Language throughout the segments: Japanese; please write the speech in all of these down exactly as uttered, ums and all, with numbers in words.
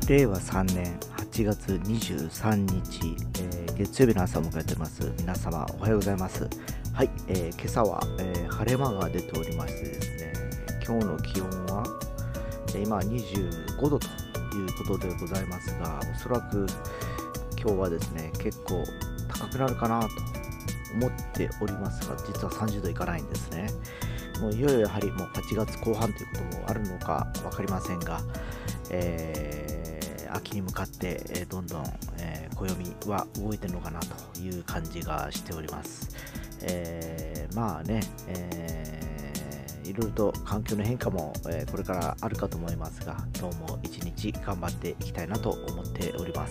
れいわさんねんはちがつにじゅうさんにち、えー、月曜日の朝を迎えております。皆様おはようございます。はい、えー、今朝は、えー、晴れ間が出ておりましてですね、今日の気温は、えー、今にじゅうごどということでございますが、おそらく今日はですね、結構高くなるかなと思っておりますが、実はさんじゅうどいかないんですね。もういよいよやはりもうはちがつこう半ということもあるのか分かりませんが、えー、秋に向かって、えー、どんどん、えー、暦は動いてるのかなという感じがしております。えー、まあね、えー、いろいろと環境の変化も、えー、これからあるかと思いますが、今日も一日頑張っていきたいなと思っております。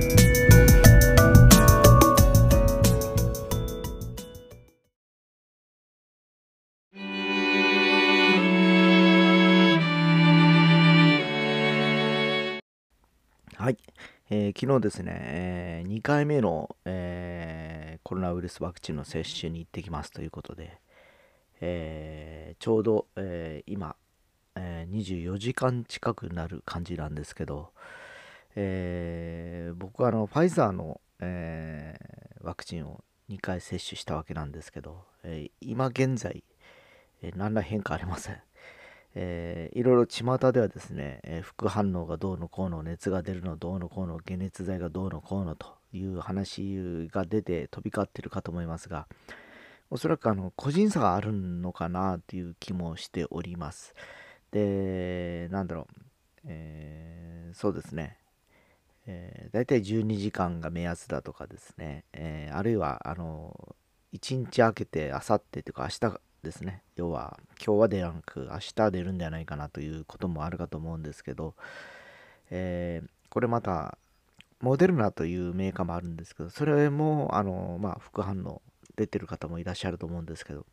はい、えー、昨日ですね、えー、にかいめの、えー、コロナウイルスワクチンの接種に行ってきますということで、えー、ちょうど、えー、今、えー、にじゅうよじかん近くなる感じなんですけど、えー、僕はあのファイザーの、えー、ワクチンをにかい接種したわけなんですけど、えー、今現在、えー、何ら変化ありません。えー、いろいろ巷ではですね、えー副反応がどうのこうの、熱が出るのどうのこうの、解熱剤がどうのこうのという話が出て飛び交っているかと思いますが、おそらくあの個人差があるのかなという気もしております。で、なんだろう、えーそうですね、えー、だいたいじゅうにじかんが目安だとかですね、えーあるいはあのいちにち空けてあさってというか明日ですね、要は今日は出なく明日出るんじゃないかなということもあるかと思うんですけど、えーこれまたモデルナというメーカーもあるんですけど、それもあの、まあ、副反応出てる方もいらっしゃると思うんですけど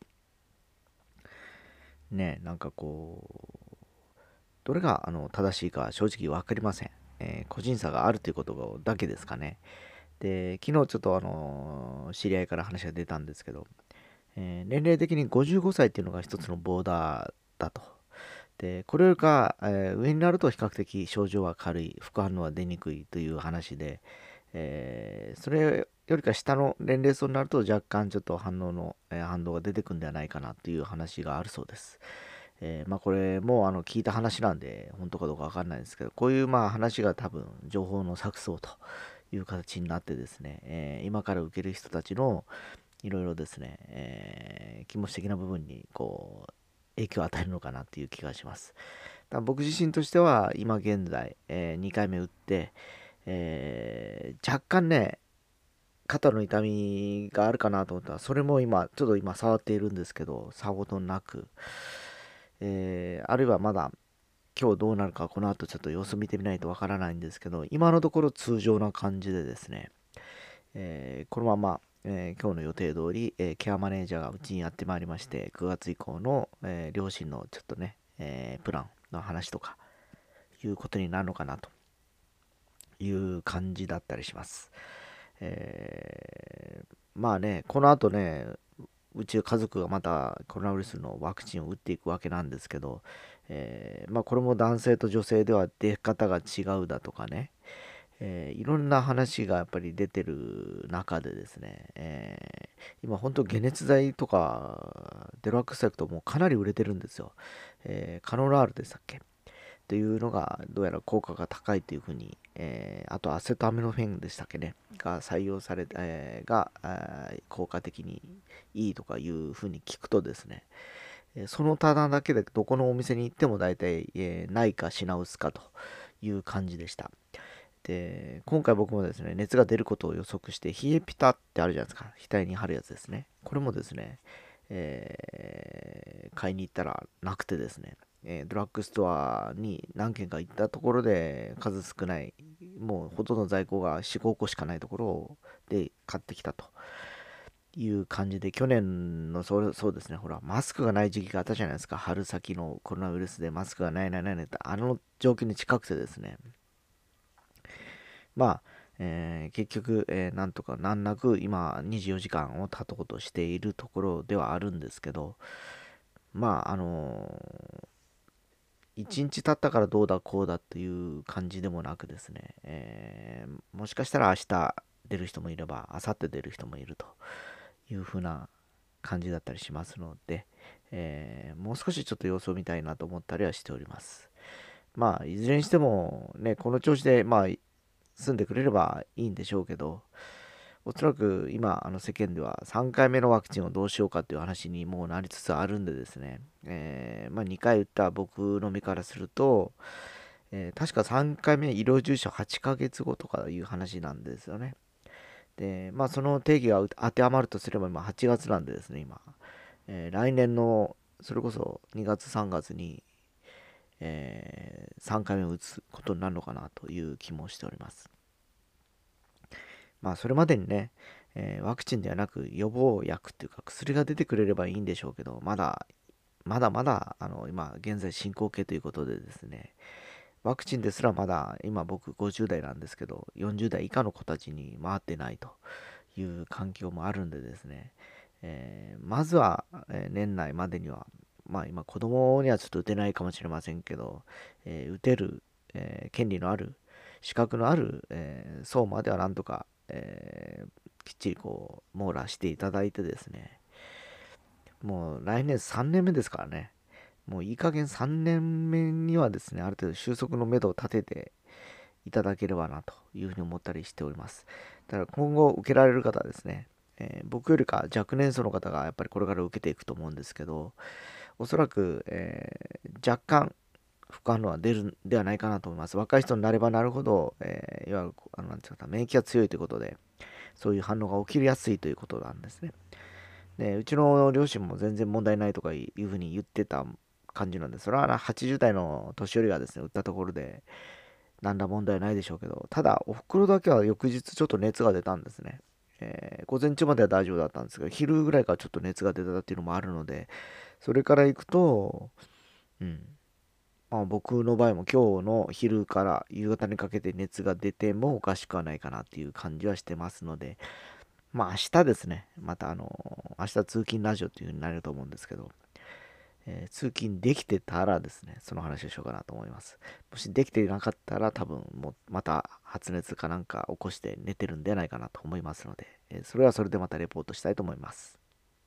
ね、なんかこうどれがあの正しいか正直分かりません。えー個人差があるということだけですかね。で、昨日ちょっとあの知り合いから話が出たんですけど、えー年齢的にごじゅうごさいっていうのが一つのボーダーだと。で、これよりか、えー上になると比較的症状は軽い、副反応は出にくいという話で、えーそれよりか下の年齢層になると若干ちょっと反応の、えー反動が出てくるんではないかなという話があるそうです。えーまあこれもあの聞いた話なんで本当かどうかわかんないんですけど、こういうまあ話が多分情報の錯綜という形になってですね、えー今から受ける人たちのいろいろですね、えー気持ち的な部分にこう影響を与えるのかなっていう気がします。だから僕自身としては今現在、えーにかいめ打って、えー若干ね、肩の痛みがあるかなと思ったら、それも今、ちょっと今触っているんですけど、さほどなく、えーあるいはまだ今日どうなるかこの後ちょっと様子見てみないとわからないんですけど、今のところ通常な感じでですね、えーこのまま、えー今日の予定通り、えーケアマネージャーがうちにやってまいりまして、くがつ以降の、えー両親のちょっとね、えープランの話とかいうことになるのかなという感じだったりします。えーまあね、この後ね、うち家族がまたコロナウイルスのワクチンを打っていくわけなんですけど、えーまあ、これも男性と女性では出方が違うだとかね、えーいろんな話がやっぱり出てる中でですね、えー今本当解熱剤とかデラックス薬ともうかなり売れてるんですよ。えーカノラールでしたっけというのがどうやら効果が高いというふうに、えーあとアセトアミノフェンでしたっけねが採用され、えーが、えー効果的にいいとかいうふうに聞くとですね、えーその棚だけでどこのお店に行っても大体、えーないか品薄かという感じでした。で、今回僕もですね、熱が出ることを予測して、冷えピタってあるじゃないですか。額に貼るやつですね。これもですね、えー買いに行ったらなくてですね、えードラッグストアに何軒か行ったところで数少ない、もうほとんど在庫がよん、ごこしかないところで買ってきたという感じで、去年のそうそうですね、ほら、マスクがない時期があったじゃないですか。春先のコロナウイルスでマスクがないないないないって、あの状況に近くてですね、まあ、えー結局、えーなんとか難なく今にじゅうよじかんを経とうとしているところではあるんですけど、まあ、あのーいちにち経ったからどうだこうだという感じでもなくですね、えーもしかしたら明日出る人もいれば、明後日出る人もいるというふうな感じだったりしますので、えーもう少しちょっと様子を見たいなと思ったりはしております。まあ、いずれにしても、ね、この調子で、まあ、住んでくれればいいんでしょうけど、おそらく今、あの世間ではさんかいめのワクチンをどうしようかという話にもうなりつつあるんでですね、えーまあ、にかい打った僕の身からすると、えー確かさんかいめ医療従事者はちかげつごとかいう話なんですよね。で、まあ、その定義が当てはまるとすれば、今はちがつなんでですね、今。えー来年の、それこそにがつ、さんがつに、えーさんかいめを打つことになるのかなという気もしております。まあ、それまでにね、えーワクチンではなく予防薬っていうか薬が出てくれればいいんでしょうけど、まだ、まだまだ、あの、今、現在進行形ということでですね、ワクチンですらまだ、今僕ごじゅう代なんですけど、よんじゅう代以下の子たちに回ってないという環境もあるんでですね、えーまずは、えー年内までには、まあ今子供にはちょっと打てないかもしれませんけど、えー打てる、えー権利のある、資格のある、えー層まではなんとか、えーきっちりこう網羅していただいてですね、もう来年さんねんめですからね、もういい加減さんねんめにはですね、ある程度収束のめどを立てていただければなというふうに思ったりしております。だから今後受けられる方はですね、えー僕よりか若年層の方がやっぱりこれから受けていくと思うんですけど、おそらく、えー若干副反応は出るんではないかなと思います。若い人になればなるほど、えーいわゆるあのなんていうか免疫が強いということで、そういう反応が起きやすいということなんですね。で、うちの両親も全然問題ないとかいうふうに言ってた感じなんで、それははちじゅう代の年寄りがですね、打ったところで、何ら問題ないでしょうけど、ただ、お袋だけは翌日ちょっと熱が出たんですね。えー午前中までは大丈夫だったんですけど、昼ぐらいからちょっと熱が出たっていうのもあるので、それから行くと、うん、まあ、僕の場合も今日の昼から夕方にかけて熱が出てもおかしくはないかなっていう感じはしてますので、まあ明日ですね、またあの、明日通勤ラジオっていう風になると思うんですけど、えー通勤できてたらですね、その話をしようかなと思います。もしできていなかったら多分もうまた発熱かなんか起こして寝てるんではないかなと思いますので、えーそれはそれでまたレポートしたいと思います。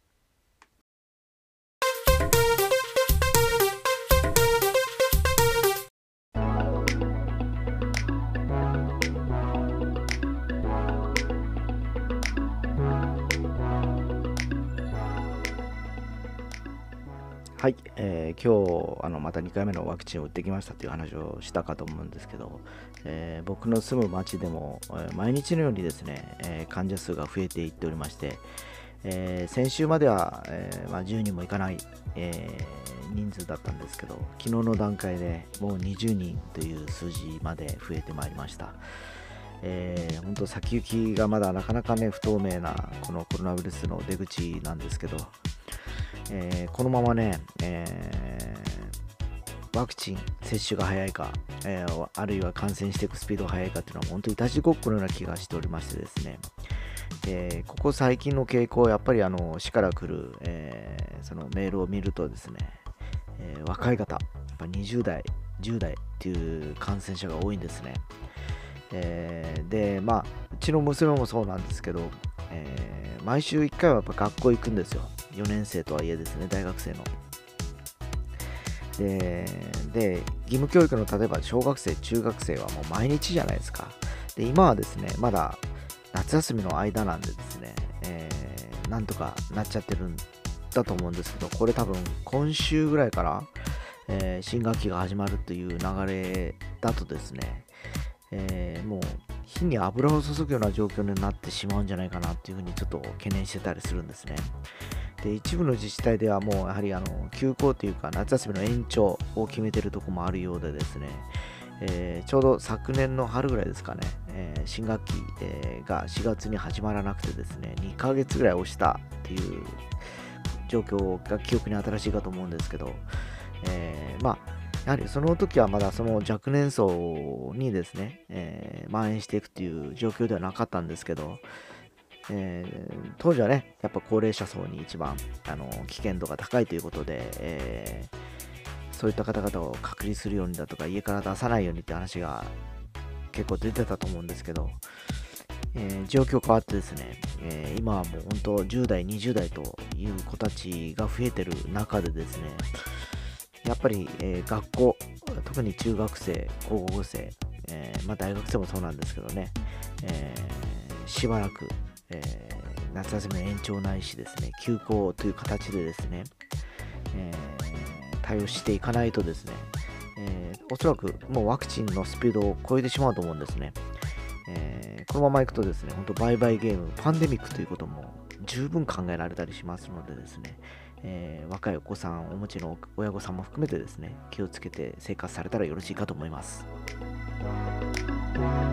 はい、えー今日あのまたにかいめのワクチンを打ってきましたという話をしたかと思うんですけど、えー僕の住む町でも、えー毎日のようにですね、えー患者数が増えていっておりまして、えー先週までは、えーまあ、じゅうにんもいかない、えー人数だったんですけど、昨日の段階でもうにじゅうにんという数字まで増えてまいりました。えー、本当先行きがまだなかなかね不透明なこのコロナウイルスの出口なんですけど、えーこのままね、えーワクチン接種が早いか、えーあるいは感染していくスピードが速いかっていうのは本当にいたちごっこのような気がしておりましてですね、えーここ最近の傾向、やっぱりあの市から来る、えーそのメールを見るとですね、えー若い方、やっぱにじゅう代、じゅう代っていう感染者が多いんですね。えーで、まあ、うちの娘もそうなんですけど、えー毎週いっかいはやっぱ学校行くんですよ。よねん生とはいえですね、大学生の。で、で義務教育の例えば小学生、中学生はもう毎日じゃないですか。で、今はですね、まだ夏休みの間なんでですね、えーなんとかなっちゃってるんだと思うんですけど、これ多分今週ぐらいから、えー新学期が始まるという流れだとですね、えーもう火に油を注ぐような状況になってしまうんじゃないかなっていうふうにちょっと懸念してたりするんですね。で、一部の自治体ではもうやはりあの休校というか夏休みの延長を決めてるところもあるようでですね、えーちょうど昨年の春ぐらいですかね、えー新学期、えーがしがつに始まらなくてですね、にかげつぐらい押したっていう状況が記憶に新しいかと思うんですけど、えーまあやはりその時はまだその若年層にですね、えー蔓延していくっていう状況ではなかったんですけど、えー当時はね、やっぱ高齢者層に一番あの危険度が高いということで、えーそういった方々を隔離するようにだとか、家から出さないようにって話が結構出てたと思うんですけど、えー状況変わってですね、えー今はもう本当じゅう代、にじゅう代という子たちが増えてる中でですね、やっぱり、えー学校、特に中学生、高校生、えーまあ、大学生もそうなんですけどね、えーしばらく、えー夏休みの延長ないしですね、休校という形でですね、えー対応していかないとですね、えーおそらくもうワクチンのスピードを超えてしまうと思うんですね。えーこのままいくとですね、本当バイバイゲーム、パンデミックということも十分考えられたりしますのでですね、えー若いお子さん、お持ちの親御さんも含めてですね、気をつけて生活されたらよろしいかと思います。